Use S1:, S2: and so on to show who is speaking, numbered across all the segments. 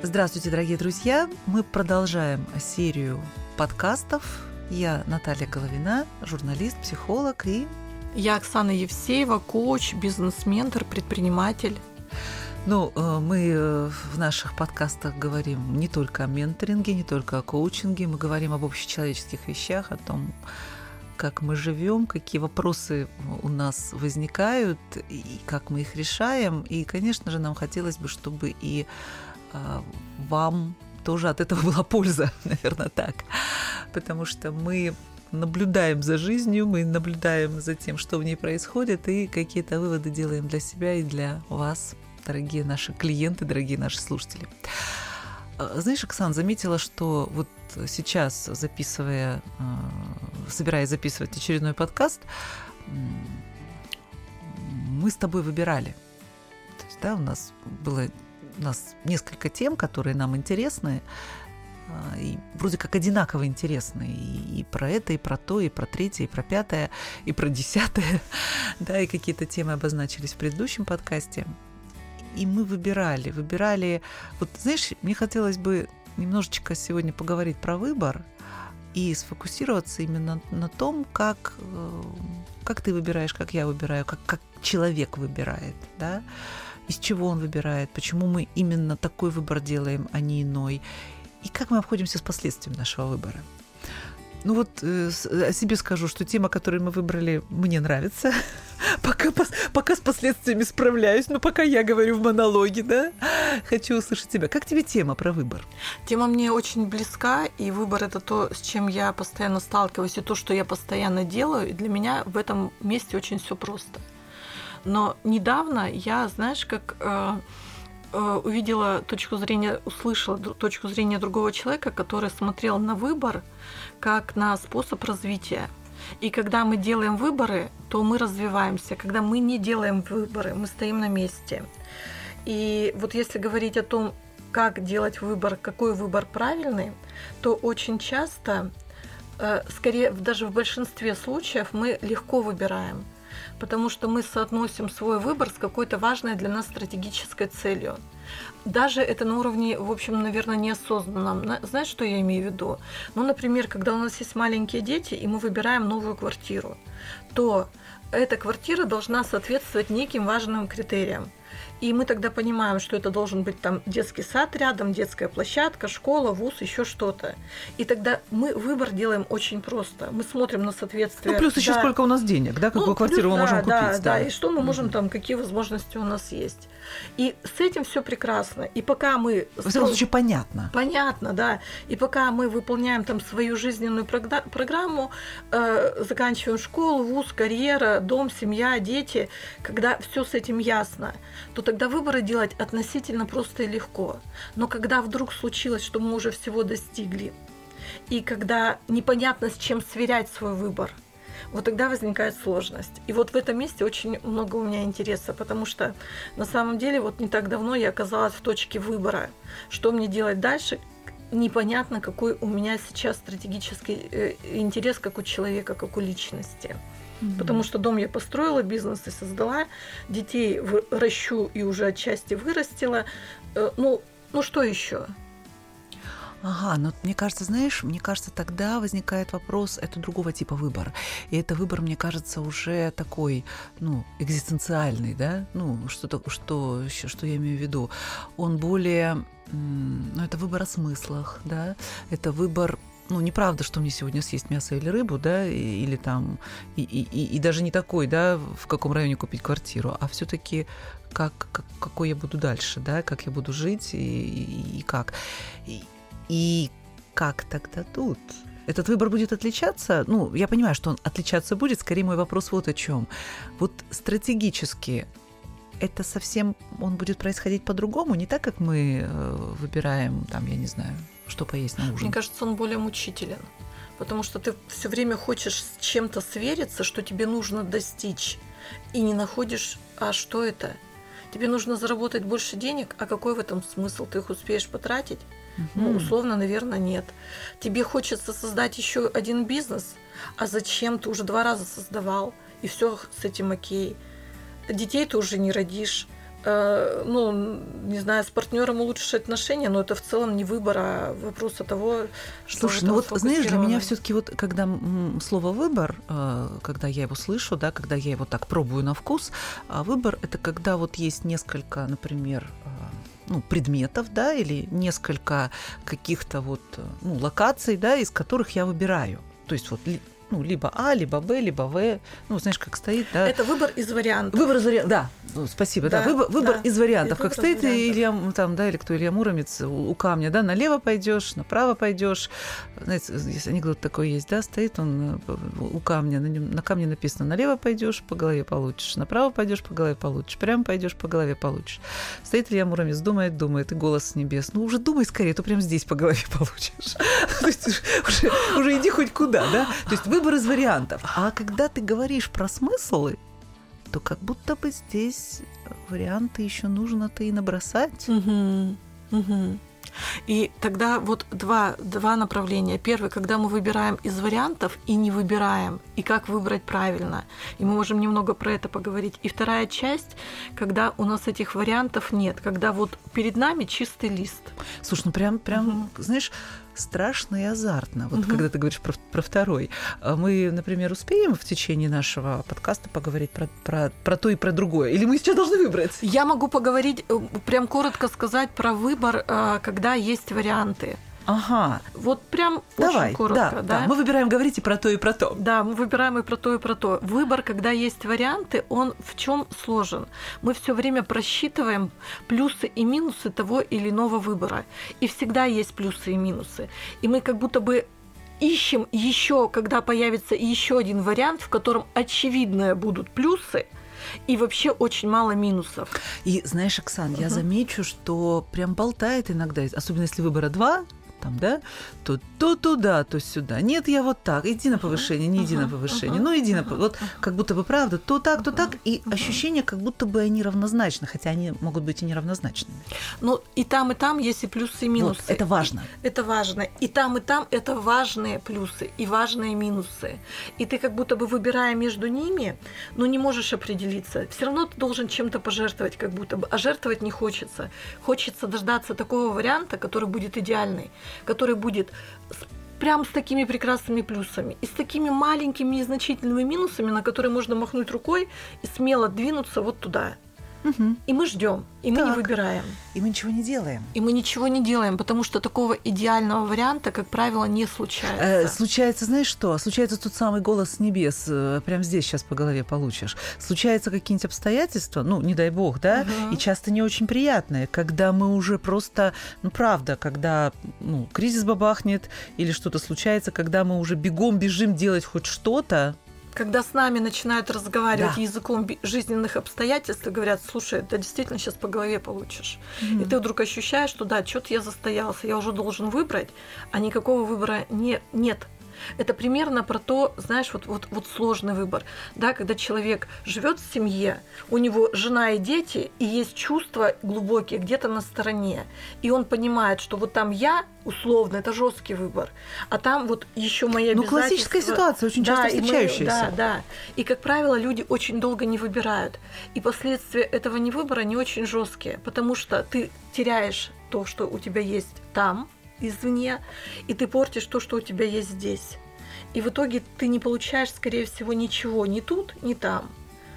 S1: Здравствуйте, дорогие друзья! Мы продолжаем серию подкастов. Я Наталья Головина, журналист, психолог, и...
S2: Я Оксана Евсеева, коуч, бизнес-ментор, предприниматель.
S1: Мы в наших подкастах говорим не только о менторинге, не только о коучинге, мы говорим об общечеловеческих вещах, о том, как мы живем, какие вопросы у нас возникают, и как мы их решаем. И, конечно же, нам хотелось бы, чтобы и вам тоже от этого была польза, наверное, так. Потому что мы наблюдаем за жизнью, мы наблюдаем за тем, что в ней происходит, и какие-то выводы делаем для себя и для вас, дорогие наши клиенты, дорогие наши слушатели. Знаешь, Оксана, заметила, что вот сейчас, собираясь записывать очередной подкаст, мы с тобой выбирали. То есть, да, у нас несколько тем, которые нам интересны, и вроде как одинаково интересны. И про это, и про то, и про третье, и про пятое, и про десятое. Да, и какие-то темы обозначились в предыдущем подкасте. И мы выбирали. Вот, знаешь, мне хотелось бы немножечко сегодня поговорить про выбор и сфокусироваться именно на том, как ты выбираешь, как я выбираю, как человек выбирает, да? Из чего он выбирает, почему мы именно такой выбор делаем, а не иной, и как мы обходимся с последствиями нашего выбора. О себе скажу, что тема, которую мы выбрали, мне нравится. Пока с последствиями справляюсь, но пока я говорю в монологе, да, хочу услышать тебя. Как тебе тема про выбор?
S2: Тема мне очень близка, и выбор – это то, с чем я постоянно сталкиваюсь, и то, что я постоянно делаю, и для меня в этом месте очень все просто. Но недавно я, знаешь, услышала точку зрения другого человека, который смотрел на выбор как на способ развития. И когда мы делаем выборы, то мы развиваемся. Когда мы не делаем выборы, мы стоим на месте. И вот если говорить о том, как делать выбор, какой выбор правильный, то очень часто, скорее даже в большинстве случаев, мы легко выбираем. Потому что мы соотносим свой выбор с какой-то важной для нас стратегической целью. Даже это на уровне, в общем, наверное, неосознанном. Знаешь, что я имею в виду? Например, когда у нас есть маленькие дети, и мы выбираем новую квартиру, то эта квартира должна соответствовать неким важным критериям. И мы тогда понимаем, что это должен быть там детский сад рядом, детская площадка, школа, вуз, еще что-то. И тогда мы выбор делаем очень просто. Мы смотрим на соответствие.
S1: Плюс еще сколько у нас денег, да, какую квартиру мы можем купить.
S2: Да, и что мы можем там, какие возможности у нас есть. И с этим все прекрасно. И пока мы...
S1: Во всяком случае, понятно.
S2: Понятно, да. И пока мы выполняем там свою жизненную программу, заканчиваем школу, вуз, карьера, дом, семья, дети, когда все с этим ясно, то тогда выборы делать относительно просто и легко. Но когда вдруг случилось, что мы уже всего достигли, и когда непонятно, с чем сверять свой выбор, вот тогда возникает сложность. И вот в этом месте очень много у меня интереса, потому что на самом деле вот не так давно я оказалась в точке выбора, что мне делать дальше. Непонятно, какой у меня сейчас стратегический интерес, как у человека, как у личности. Потому что дом я построила, бизнес и создала, детей ращу и уже отчасти вырастила. Что еще?
S1: Мне кажется, тогда возникает вопрос, это другого типа выбор. И это выбор, мне кажется, уже такой, экзистенциальный, да? Что я имею в виду? Он более, это выбор о смыслах, да? Это выбор... неправда, что мне сегодня съесть мясо или рыбу, да, или там, и даже не такой, да, в каком районе купить квартиру, а все-таки какой я буду дальше, да, как я буду жить и как. И как тогда тут? Этот выбор будет отличаться? Я понимаю, что он отличаться будет, скорее мой вопрос вот о чем. Вот стратегически это совсем, он будет происходить по-другому, не так, как мы выбираем, там, я не знаю, что поесть на ужин.
S2: Мне кажется, он более мучителен, потому что ты все время хочешь с чем-то свериться, что тебе нужно достичь, и не находишь, а что это? Тебе нужно заработать больше денег, а какой в этом смысл? Ты их успеешь потратить? Условно, наверное, нет. Тебе хочется создать еще один бизнес, а зачем? Ты уже 2 раза создавал, и все с этим окей. Детей ты уже не родишь, не знаю, с партнером улучшишь отношения, но это в целом не выбор, а вопрос того, что...
S1: Слушай, ну вот, знаешь, для меня все-таки вот, когда слово «выбор», когда я его слышу, да, когда я его так пробую на вкус, выбор – это когда вот есть несколько, например, предметов, да, или несколько каких-то вот, локаций, да, из которых я выбираю. То есть вот либо А, либо Б, либо В. Знаешь, как стоит, да.
S2: Это выбор из вариантов.
S1: Выбор из вариантов, да. Спасибо, да. Выбор из вариантов. Как стоит Илья, или кто Илья Муромец у камня, да, налево пойдешь, направо пойдешь. Знаете, анекдот такой есть, да, стоит он у камня, на камне написано: налево пойдешь, по голове получишь, направо пойдешь, по голове получишь, прямо пойдешь, по голове получишь. Стоит Илья Муромец, думает, и голос с небес: уже думай скорее, то прям здесь по голове получишь. То есть уже иди хоть куда, да. То есть выбор из вариантов. А когда ты говоришь про смыслы, то как будто бы здесь варианты еще нужно-то и набросать.
S2: И тогда вот два направления. Первый, когда мы выбираем из вариантов и не выбираем, и как выбрать правильно. И мы можем немного про это поговорить. И вторая часть, когда у нас этих вариантов нет, когда вот перед нами чистый лист.
S1: Слушай, прям знаешь, страшно и азартно. Вот когда ты говоришь про второй. Мы, например, успеем в течение нашего подкаста поговорить про то и про другое? Или мы сейчас должны выбрать?
S2: Я могу поговорить, прям коротко сказать про выбор, когда есть варианты.
S1: Ага.
S2: Вот прям
S1: давай,
S2: очень коротко.
S1: Да. Мы выбираем говорить и про то, и про то.
S2: Да, мы выбираем и про то, и про то. Выбор, когда есть варианты, он в чем сложен? Мы все время просчитываем плюсы и минусы того или иного выбора. И всегда есть плюсы и минусы. И мы как будто бы ищем еще, когда появится еще один вариант, в котором очевидно будут плюсы, и вообще очень мало минусов.
S1: И знаешь, Оксан, я замечу, что прям болтает иногда, особенно если выбора два, там, да, то туда, то сюда. Нет, я вот так. Иди на повышение, не иди на повышение. Иди на повышение. Вот как будто бы правда, то так. И ощущение, как будто бы они равнозначны, хотя они могут быть и неравнозначными.
S2: Ну, и там есть и плюсы, и минусы.
S1: Вот, это важно.
S2: Это важно. И там это важные плюсы и важные минусы. И ты как будто бы, выбирая между ними, не можешь определиться. Все равно ты должен чем-то пожертвовать, как будто бы. А жертвовать не хочется. Хочется дождаться такого варианта, который будет идеальный, который будет прям с такими прекрасными плюсами и с такими маленькими незначительными минусами, на которые можно махнуть рукой и смело двинуться вот туда. И мы ждем, и мы не выбираем.
S1: И мы ничего не делаем.
S2: И мы ничего не делаем, потому что такого идеального варианта, как правило, не случается.
S1: Случается, знаешь что? Случается тот самый голос с небес. Прям здесь сейчас по голове получишь. Случаются какие-нибудь обстоятельства, не дай бог, да? И часто не очень приятные, когда мы уже просто, правда, когда кризис бабахнет или что-то случается, когда мы уже бежим делать хоть что-то.
S2: Когда с нами начинают разговаривать языком жизненных обстоятельств и говорят: слушай, да действительно сейчас по голове получишь. И ты вдруг ощущаешь, что что-то я застоялся, я уже должен выбрать, а никакого выбора нет. Это примерно про то, знаешь, вот сложный выбор, да, когда человек живет в семье, у него жена и дети, и есть чувства глубокие где-то на стороне, и он понимает, что вот там я, условно, это жесткий выбор, а там вот еще мои обязательства.
S1: Классическая ситуация, очень часто встречающаяся.
S2: Да. И, как правило, люди очень долго не выбирают, и последствия этого невыбора не очень жесткие, потому что ты теряешь то, что у тебя есть там, извне, и ты портишь то, что у тебя есть здесь. И в итоге ты не получаешь, скорее всего, ничего ни тут, ни там.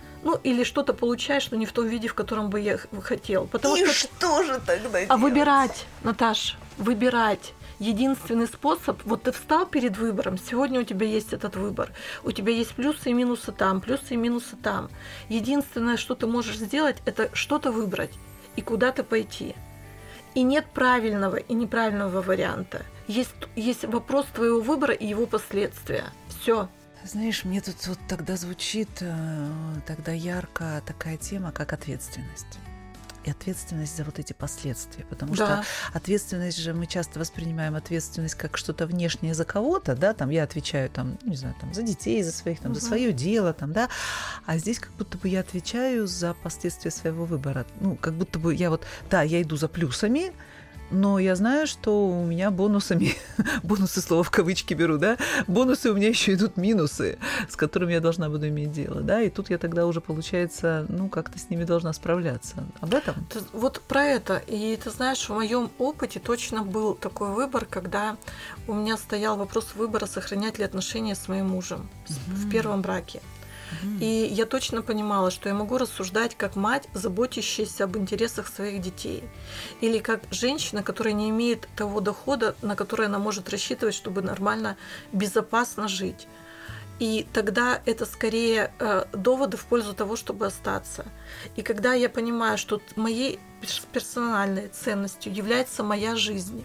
S2: Или что-то получаешь, но не в том виде, в котором бы я хотел.
S1: Что же тогда делать?
S2: А выбирать, Наташ, выбирать. Единственный способ, вот ты встал перед выбором, сегодня у тебя есть этот выбор, у тебя есть плюсы и минусы там, плюсы и минусы там. Единственное, что ты можешь сделать, это что-то выбрать и куда-то пойти. И нет правильного и неправильного варианта. Есть вопрос твоего выбора и его последствия. Всё.
S1: Знаешь, мне тут вот тогда звучит тогда ярко такая тема, как ответственность. И ответственность за вот эти последствия. Потому что ответственность же, мы часто воспринимаем ответственность как что-то внешнее за кого-то, да, там я отвечаю, за детей, за своих, за свое дело, да, а здесь как будто бы я отвечаю за последствия своего выбора. Как будто бы я иду за плюсами, Но я знаю, что у меня бонусами, бонусы слова в кавычки беру, да, бонусы у меня еще идут минусы, с которыми я должна буду иметь дело, да, и тут я тогда уже, получается, как-то с ними должна справляться. Об этом?
S2: Вот про это. И ты знаешь, в моем опыте точно был такой выбор, когда у меня стоял вопрос выбора, сохранять ли отношения с моим мужем в первом браке. И я точно понимала, что я могу рассуждать как мать, заботящаяся об интересах своих детей. Или как женщина, которая не имеет того дохода, на который она может рассчитывать, чтобы нормально, безопасно жить. И тогда это скорее доводы в пользу того, чтобы остаться. И когда я понимаю, что моей персональной ценностью является моя жизнь,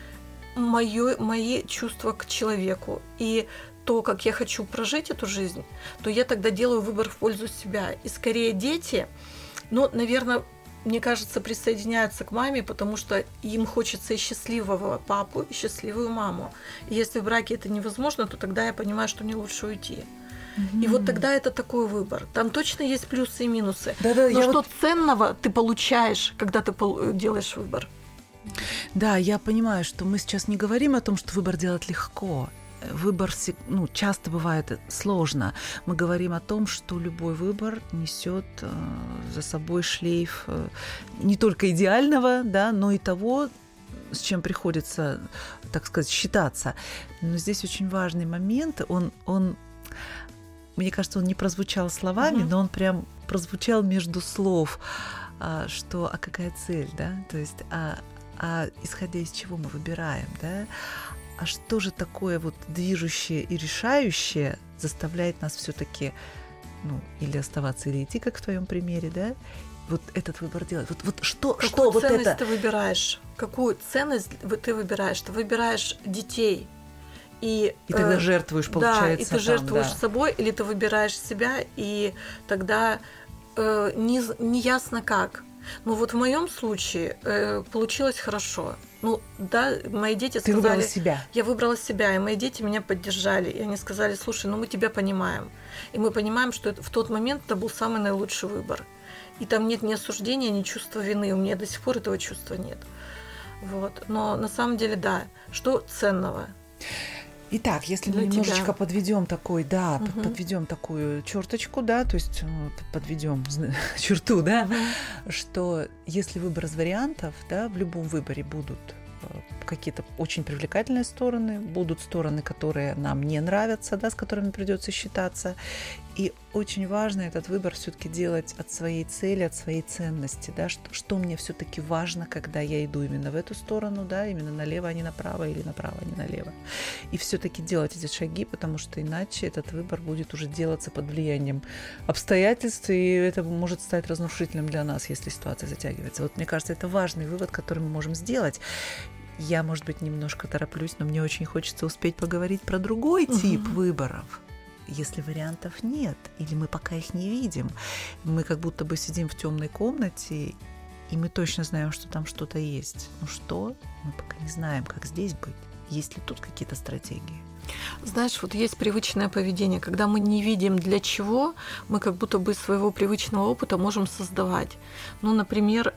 S2: мои чувства к человеку и то, как я хочу прожить эту жизнь, то я тогда делаю выбор в пользу себя. И скорее дети, наверное, мне кажется, присоединяются к маме, потому что им хочется и счастливого папу, и счастливую маму. И если в браке это невозможно, то тогда я понимаю, что мне лучше уйти. И вот тогда это такой выбор. Там точно есть плюсы и минусы. Но что ценного ты получаешь, когда ты делаешь выбор?
S1: Да, я понимаю, что мы сейчас не говорим о том, что выбор делать легко. Выбор часто бывает сложно. Мы говорим о том, что любой выбор несет за собой шлейф не только идеального, да, но и того, с чем приходится, так сказать, считаться. Но здесь очень важный момент. Он мне кажется, он не прозвучал словами, но он прям прозвучал между слов, что «а какая цель?», да? То есть исходя из чего мы выбираем, да? А что же такое вот движущее и решающее заставляет нас все-таки, или оставаться, или идти, как в твоем примере, да? Вот этот выбор делать.
S2: Какую ценность ты выбираешь? Какую ценность ты выбираешь? Ты выбираешь детей. И
S1: тогда жертвуешь, получается.
S2: Да, и ты жертвуешь собой, или ты выбираешь себя, и тогда не ясно как. Но вот в моем случае получилось хорошо. Мои дети сказали...
S1: Ты выбрала себя.
S2: Я выбрала себя, и мои дети меня поддержали. И они сказали: слушай, мы тебя понимаем. И мы понимаем, что в тот момент это был самый наилучший выбор. И там нет ни осуждения, ни чувства вины. У меня до сих пор этого чувства нет. Вот. Но на самом деле, да, что ценного?
S1: Итак, если мы немножечко подведем подведем такую черточку, да, то есть подведем черту, да, что если выбор из вариантов, да, в любом выборе будут какие-то очень привлекательные стороны, будут стороны, которые нам не нравятся, да, с которыми придется считаться. И очень важно этот выбор все-таки делать от своей цели, от своей ценности, да, что мне все-таки важно, когда я иду именно в эту сторону, да, именно налево, а не направо, или направо, а не налево. И все-таки делать эти шаги, потому что иначе этот выбор будет уже делаться под влиянием обстоятельств, и это может стать разрушительным для нас, если ситуация затягивается. Вот мне кажется, это важный вывод, который мы можем сделать. Я, может быть, немножко тороплюсь, но мне очень хочется успеть поговорить про другой тип выборов. Если вариантов нет, или мы пока их не видим, мы как будто бы сидим в темной комнате, и мы точно знаем, что там что-то есть. Ну что? Мы пока не знаем, как здесь быть. Есть ли тут какие-то стратегии?
S2: Знаешь, вот есть привычное поведение. Когда мы не видим для чего, мы как будто бы из своего привычного опыта можем создавать. Например,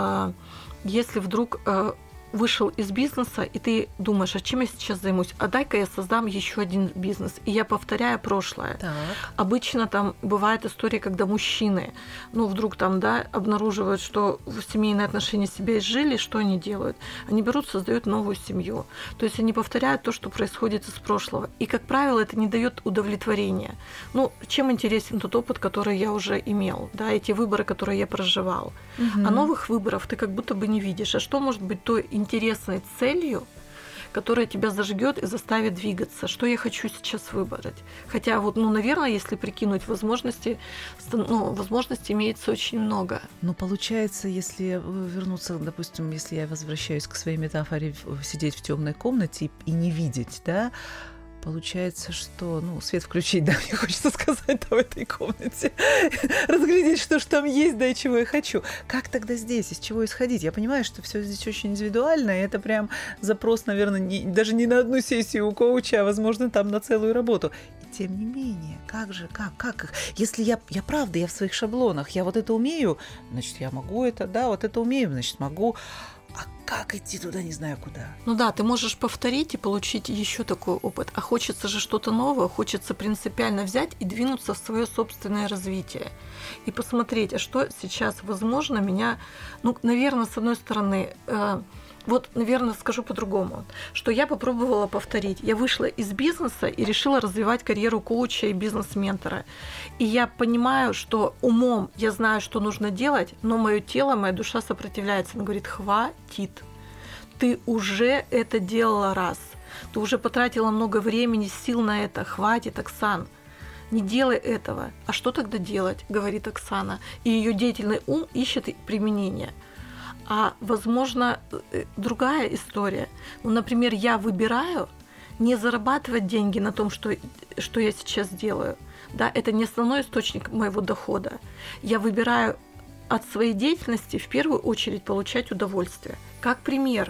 S2: если вдруг вышел из бизнеса, и ты думаешь, а чем я сейчас займусь? А дай-ка я создам еще один бизнес. И я повторяю прошлое.
S1: Так.
S2: Обычно там бывают истории, когда мужчины, вдруг там, да, обнаруживают, что семейные отношения себя изжили, что они делают? Они берут, создают новую семью. То есть они повторяют то, что происходит из прошлого. И, как правило, это не дает удовлетворения. Чем интересен тот опыт, который я уже имел, да, эти выборы, которые я проживал. А новых выборов ты как будто бы не видишь. А что может быть той интересной целью, которая тебя зажгет и заставит двигаться? Что я хочу сейчас выбрать? Хотя наверное, если прикинуть возможности, возможностей имеется очень много.
S1: Получается, если вернуться, допустим, если я возвращаюсь к своей метафоре сидеть в темной комнате и не видеть, да, получается, что, свет включить, да, мне хочется сказать, да, в этой комнате, разглядеть, что же там есть, да, и чего я хочу. Как тогда здесь, из чего исходить? Я понимаю, что все здесь очень индивидуально, и это прям запрос, наверное, даже не на одну сессию у коуча, а, возможно, там на целую работу. И тем не менее, как? Если я правда, я в своих шаблонах, я вот это умею, значит, я могу это, да, вот это умею, значит, могу. а как идти туда, не знаю куда.
S2: Ну да, ты можешь повторить и получить еще такой опыт. А хочется же что-то новое, хочется принципиально взять и двинуться в свое собственное развитие. И посмотреть, а что сейчас возможно меня... Ну, наверное, с одной стороны... Вот, наверное, скажу по-другому, что я попробовала повторить. Я вышла из бизнеса и решила развивать карьеру коуча и бизнес-ментора. И я понимаю, что умом я знаю, что нужно делать, но мое тело, моя душа сопротивляется. Она говорит, хватит. Ты уже это делала раз. Ты уже потратила много времени, сил на это. Хватит, Оксан. Не делай этого. А что тогда делать, говорит Оксана. И ее деятельный ум ищет применение. А, возможно, другая история. Ну, например, я выбираю не зарабатывать деньги на том, что я сейчас делаю. Да, это не основной источник моего дохода. Я выбираю от своей деятельности в первую очередь получать удовольствие. Как пример.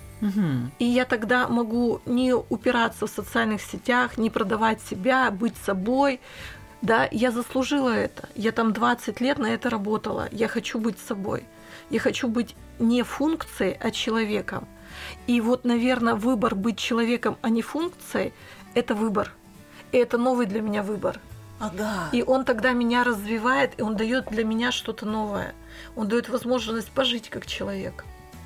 S1: Угу.
S2: И я тогда могу не упираться в социальных сетях, не продавать себя, быть собой. Да, я заслужила это. Я там 20 лет на это работала. Я хочу быть собой. Я хочу быть не функцией, а человеком. И вот, наверное, выбор быть человеком, а не функцией – это выбор. И это новый для меня выбор.
S1: Ага.
S2: И он тогда меня развивает, и он дает для меня что-то новое. Он дает возможность пожить как человек.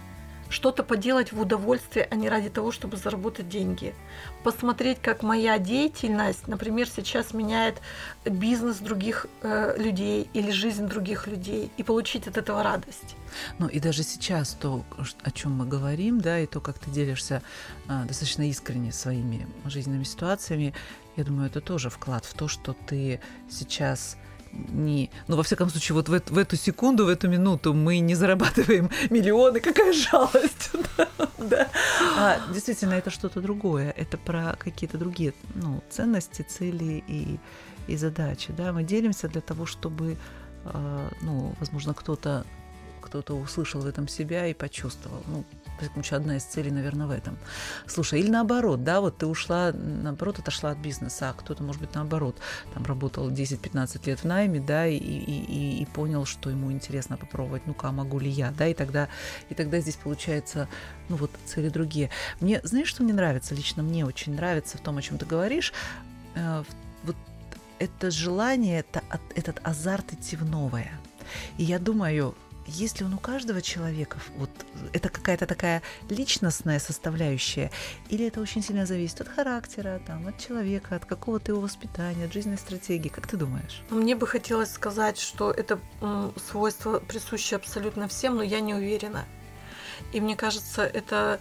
S2: Что-то поделать в удовольствие, а не ради того, чтобы заработать деньги. Посмотреть, как моя деятельность, например, сейчас меняет бизнес других людей или жизнь других людей, и получить от этого радость.
S1: Ну и даже сейчас то, о чем мы говорим, да, и то, как ты делишься достаточно искренне своими жизненными ситуациями, я думаю, это тоже вклад в то, что ты сейчас... Ну, во всяком случае, вот в эту секунду, в эту минуту мы не зарабатываем миллионы, какая жалость. Да. Действительно, это что-то другое. Это про какие-то другие ценности, цели и задачи. Да? Мы делимся для того, чтобы, возможно, кто-то услышал в этом себя и почувствовал. Одна из целей, наверное, в этом. Слушай, или наоборот, да, вот ты ушла, наоборот, отошла от бизнеса, а кто-то, может быть, наоборот, там работал 10-15 лет в найме, да, и понял, что ему интересно попробовать, а могу ли я, да, и тогда здесь получается, цели другие. Знаешь, что мне нравится? Лично мне очень нравится в том, о чем ты говоришь, вот это желание, этот азарт идти в новое. И я думаю, если он у каждого человека, вот это какая-то такая личностная составляющая, или это очень сильно зависит от характера, от человека, от какого-то его воспитания, от жизненной стратегии, как ты думаешь?
S2: Мне бы хотелось сказать, что это свойство присуще абсолютно всем, но я не уверена. И мне кажется, это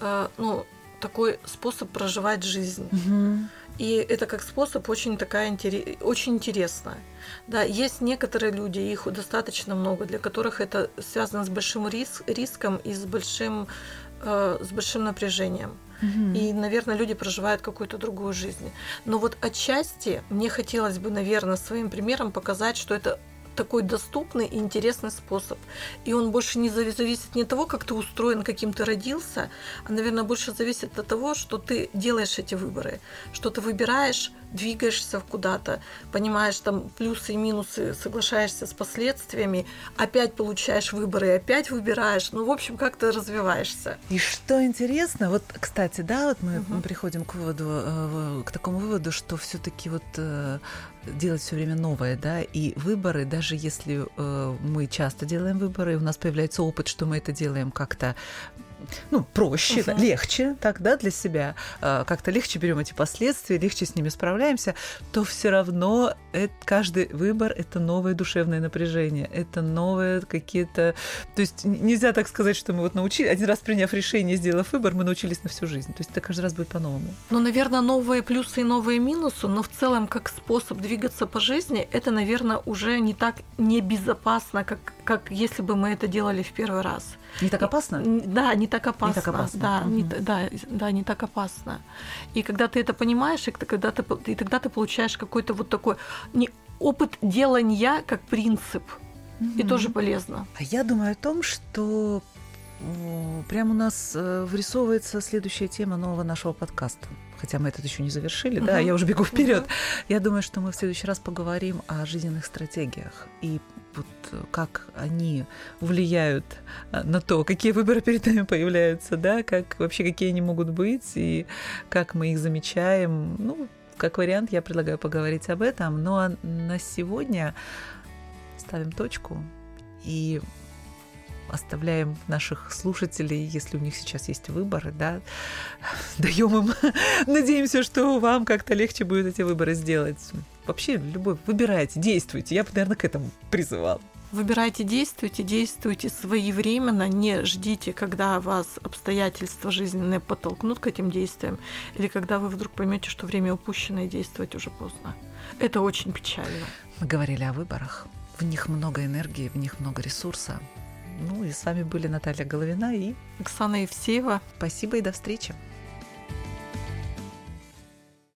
S2: такой способ проживать жизнь.
S1: Угу.
S2: И это как способ очень интересно. Да, есть некоторые люди, их достаточно много, для которых это связано с большим риском и с большим напряжением.
S1: Mm-hmm.
S2: И, наверное, люди проживают какую-то другую жизнь. Но вот отчасти мне хотелось бы, наверное, своим примером показать, что это такой доступный и интересный способ. И он больше не зависит не от того, как ты устроен, каким ты родился, а, наверное, больше зависит от того, что ты делаешь эти выборы, что ты выбираешь, двигаешься куда-то, понимаешь там плюсы и минусы, соглашаешься с последствиями, опять получаешь выборы и опять выбираешь. В общем, как-то развиваешься.
S1: И что интересно, вот, кстати, да, вот мы приходим к такому выводу, что все-таки делать все время новое, да, и выборы, даже если мы часто делаем выборы, у нас появляется опыт, что мы это делаем как-то проще, да, легче, так, да, для себя, как-то легче берем эти последствия, легче с ними справляемся, то все равно каждый выбор – это новое душевное напряжение, это новые какие-то… То есть нельзя так сказать, что мы научились, один раз приняв решение, сделав выбор, мы научились на всю жизнь. То есть это каждый раз будет по-новому.
S2: Наверное, новые плюсы и новые минусы, но в целом как способ двигаться по жизни, это, наверное, уже не так небезопасно, как если бы мы это делали в первый раз.
S1: Не так опасно?
S2: Да, не так опасно.
S1: Не так опасно.
S2: Да, не так опасно. И когда ты это понимаешь, и тогда ты получаешь какой-то такой опыт делания как принцип. И тоже полезно.
S1: А я думаю о том, что прямо у нас вырисовывается следующая тема нового нашего подкаста. Хотя мы этот еще не завершили, да, я уже бегу вперед. Я думаю, что мы в следующий раз поговорим о жизненных стратегиях и вот как они влияют на то, какие выборы перед нами появляются, да, как вообще какие они могут быть и как мы их замечаем. Ну, как вариант, я предлагаю поговорить об этом. Ну а на сегодня ставим точку и оставляем наших слушателей, если у них сейчас есть выборы, да, даем им, надеемся, что вам как-то легче будет эти выборы сделать. Вообще, выбирайте, действуйте. Я бы, наверное, к этому призывала.
S2: Выбирайте, действуйте своевременно, не ждите, когда вас обстоятельства жизненные подтолкнут к этим действиям, или когда вы вдруг поймете, что время упущено и действовать уже поздно. Это очень печально.
S1: Мы говорили о выборах. В них много энергии, в них много ресурса. Ну и с вами были Наталья Головина и
S2: Оксана Евсеева.
S1: Спасибо и до встречи.